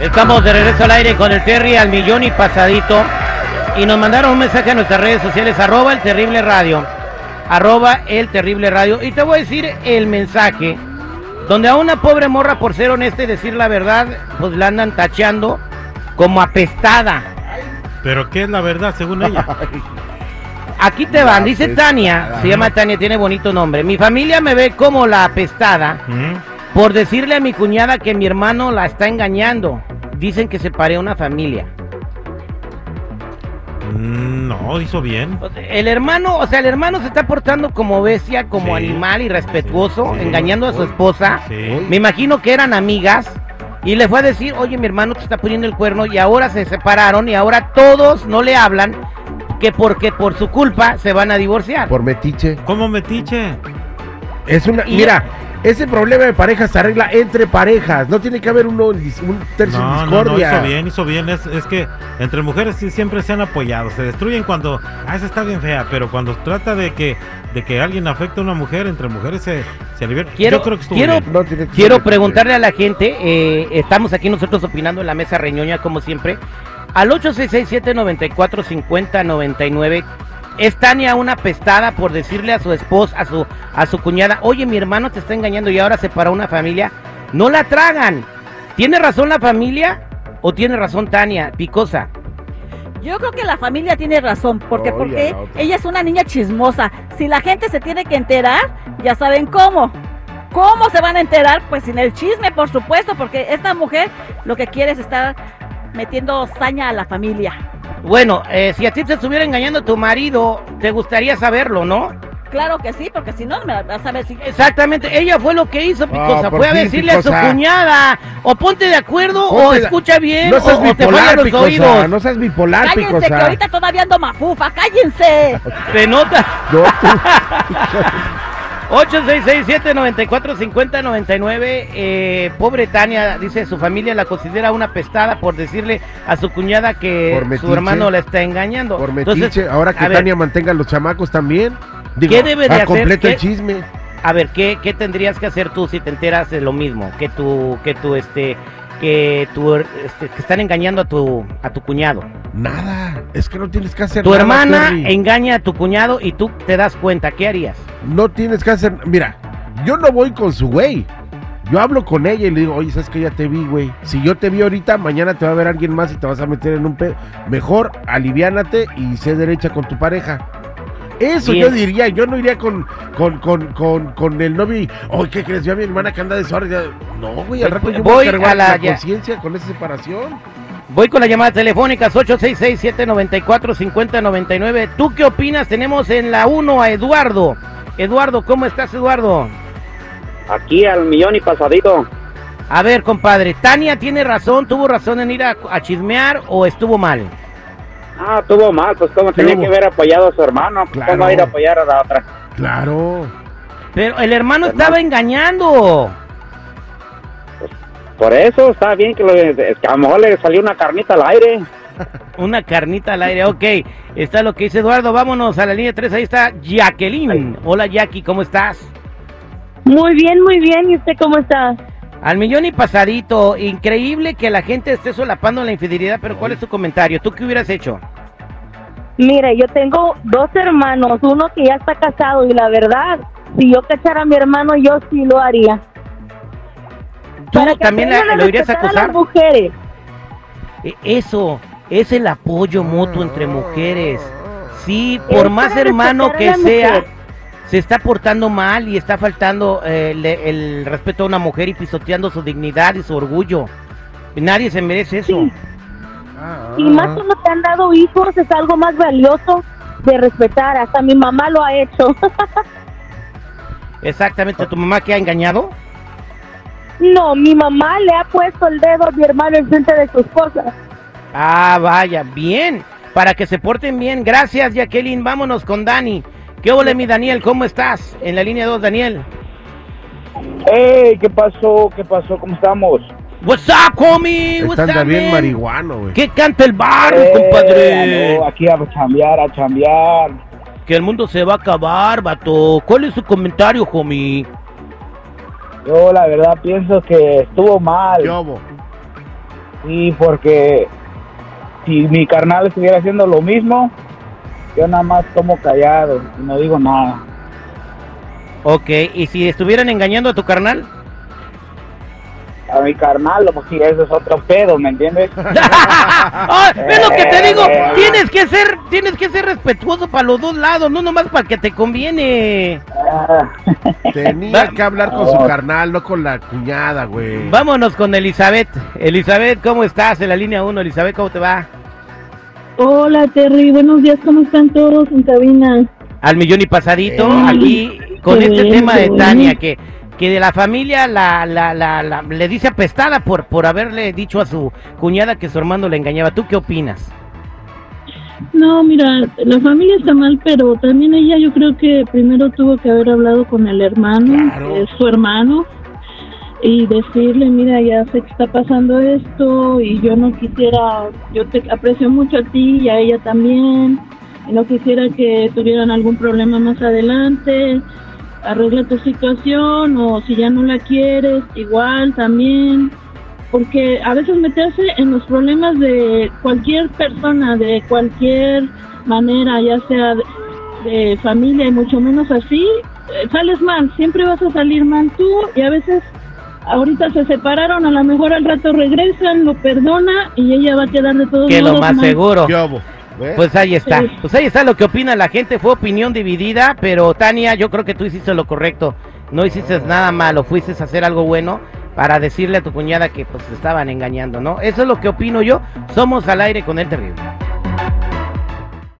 Estamos de regreso al aire con el Terry al millón y pasadito. Y nos mandaron un mensaje a nuestras redes sociales, @el terrible radio. @el terrible radio. Y te voy a decir el mensaje, donde a una pobre morra, por ser honesta y decir la verdad, pues la andan tachando como apestada. ¿Pero qué es la verdad según ella? Aquí te van, dice Tania, se llama Tania, tiene bonito nombre. Mi familia me ve como la apestada por decirle a mi cuñada que mi hermano la está engañando. Dicen que separé una familia. No, hizo bien. El hermano se está portando como bestia, como animal irrespetuoso, engañando a su esposa. Me imagino que eran amigas y le fue a decir, oye, mi hermano te está poniendo el cuerno, y ahora se separaron y ahora todos no le hablan, que porque por su culpa se van a divorciar. Por metiche. ¿Cómo metiche? Es una, mira, ese problema de pareja se arregla entre parejas, no tiene que haber un tercio en discordia. No, hizo bien, es que entre mujeres sí siempre se han apoyado, se destruyen cuando, esa está bien fea, pero cuando trata de que alguien afecte a una mujer, entre mujeres se divierten. Yo creo que estuvo bien. Quiero preguntarle a la gente, estamos aquí nosotros opinando en la mesa reñoña como siempre, al 866-794-5099, ¿es Tania una pestada por decirle a su esposa, a su cuñada, oye, mi hermano te está engañando y ahora separó una familia? No la tragan. ¿Tiene razón la familia o tiene razón Tania, Picosa? Yo creo que la familia tiene razón, porque ella es una niña chismosa. Si la gente se tiene que enterar, ya saben cómo. ¿Cómo se van a enterar? Pues sin el chisme, por supuesto, porque esta mujer lo que quiere es estar metiendo saña a la familia. Bueno, si a ti te estuviera engañando tu marido, te gustaría saberlo, ¿no? Claro que sí, porque si no, me vas a ver si... Exactamente, ella fue lo que hizo, Picosa, fue a decirle a su cuñada, o ponte de acuerdo, o escucha bien, no seas o bipolar, te fallan los Picosa, oídos. no seas bipolar, Cállense, Picosa. que ahorita todavía ando mafufa, cállense. ¿Te nota? No, 866-794-5099. Pobre Tania, dice, su familia la considera una pestada por decirle a su cuñada que su hermano la está engañando. Por metiche. Entonces, ahora que Tania mantenga a los chamacos también. Digo, ¿qué debe de hacer? Completo el chisme. A ver, ¿qué tendrías que hacer tú si te enteras de lo mismo? Que están engañando a tu cuñado. Nada, es que no tienes que hacer nada. Tu hermana hermana engaña a tu cuñado y tú te das cuenta, ¿qué harías? No tienes que hacer, mira, yo no voy con su güey. Yo hablo con ella y le digo, oye, ¿sabes que ya te vi, güey? Si yo te vi ahorita, mañana te va a ver alguien más y te vas a meter en un pedo. Mejor aliviánate y sé derecha con tu pareja. Eso bien. Yo diría, yo no iría con el novio y, oye, ¿qué crees? Yo a mi hermana que anda de suave. No, güey, al rato yo voy a cargar la conciencia con esa separación. Voy con las llamadas telefónicas, 866-794-5099. ¿Tú qué opinas? Tenemos en la 1 a Eduardo. Eduardo, ¿cómo estás, Eduardo? Aquí al millón y pasadito. A ver, compadre, ¿Tania tiene razón? ¿Tuvo razón en ir a chismear o estuvo mal? Ah, estuvo mal, pues como tenía que haber apoyado a su hermano, pues cómo ir a apoyar a la otra. Claro. Pero el hermano estaba engañando. Pues, por eso está bien que a lo mejor le salió una carnita al aire. Una carnita al aire, ok. Está lo que dice Eduardo, vámonos a la línea 3, ahí está Jacqueline. Hola Jackie, ¿cómo estás? Muy bien, ¿y usted cómo está? Al millón y pasadito, increíble que la gente esté solapando la infidelidad, pero ¿cuál es tu comentario? ¿Tú qué hubieras hecho? Mire, yo tengo 2 hermanos, uno que ya está casado y la verdad, si yo cachara a mi hermano, yo sí lo haría. ¿Tú también lo irías a acusar? A las mujeres. Eso, es el apoyo mutuo entre mujeres. Sí, por más hermano que sea, se está portando mal y está faltando el respeto a una mujer y pisoteando su dignidad y su orgullo. Nadie se merece eso. Sí. Y más cuando te han dado hijos, es algo más valioso de respetar. Hasta mi mamá lo ha hecho. Exactamente. ¿Tu mamá que ha engañado? No, mi mamá le ha puesto el dedo a mi hermano en frente de su esposa. Ah, vaya, bien. Para que se porten bien. Gracias, Jacqueline. Vámonos con Dani. ¿Qué ole, mi Daniel? ¿Cómo estás? En la línea 2, Daniel. Hey, ¿qué pasó? ¿Cómo estamos? What's up, homie? What's up, bien man? Marihuano, güey. ¿Qué canta el barrio, compadre? No, aquí a chambear. Que el mundo se va a acabar, vato. ¿Cuál es su comentario, homie? Yo la verdad pienso que estuvo mal. Sí, porque si mi carnal estuviera haciendo lo mismo, yo nada más tomo callado y no digo nada. Ok, ¿y si estuvieran engañando a tu carnal? A mi carnal, pues sí, eso es otro pedo, ¿me entiendes? Es lo que te digo, tienes que ser respetuoso para los dos lados, no nomás para que te conviene. Tenía que hablar con su carnal, no con la cuñada, güey. Vámonos con Elizabeth. Elizabeth, ¿cómo estás? En la línea 1, Elizabeth, ¿cómo te va? Hola, Terry, buenos días, ¿cómo están todos en cabina? Al millón y pasadito, aquí con este tema de Tania, que de la familia le dice apestada por haberle dicho a su cuñada que su hermano le engañaba. ¿Tú qué opinas? No, mira, la familia está mal, pero también ella yo creo que primero tuvo que haber hablado con el hermano, su hermano, y decirle, mira, ya sé que está pasando esto y yo no quisiera, yo te aprecio mucho a ti y a ella también, y no quisiera que tuvieran algún problema más adelante. Arregla tu situación, o si ya no la quieres, igual también, porque a veces meterse en los problemas de cualquier persona, de cualquier manera, ya sea de familia y mucho menos así, sales mal, siempre vas a salir mal tú, y a veces ahorita se separaron, a lo mejor al rato regresan, lo perdona y ella va a quedar de todos modos. Que lo más seguro. ¿Ves? Pues ahí está lo que opina la gente, fue opinión dividida, pero Tania, yo creo que tú hiciste lo correcto, no hiciste nada malo, fuiste a hacer algo bueno para decirle a tu cuñada que pues estaban engañando, ¿no? Eso es lo que opino yo, somos al aire con El Terrible.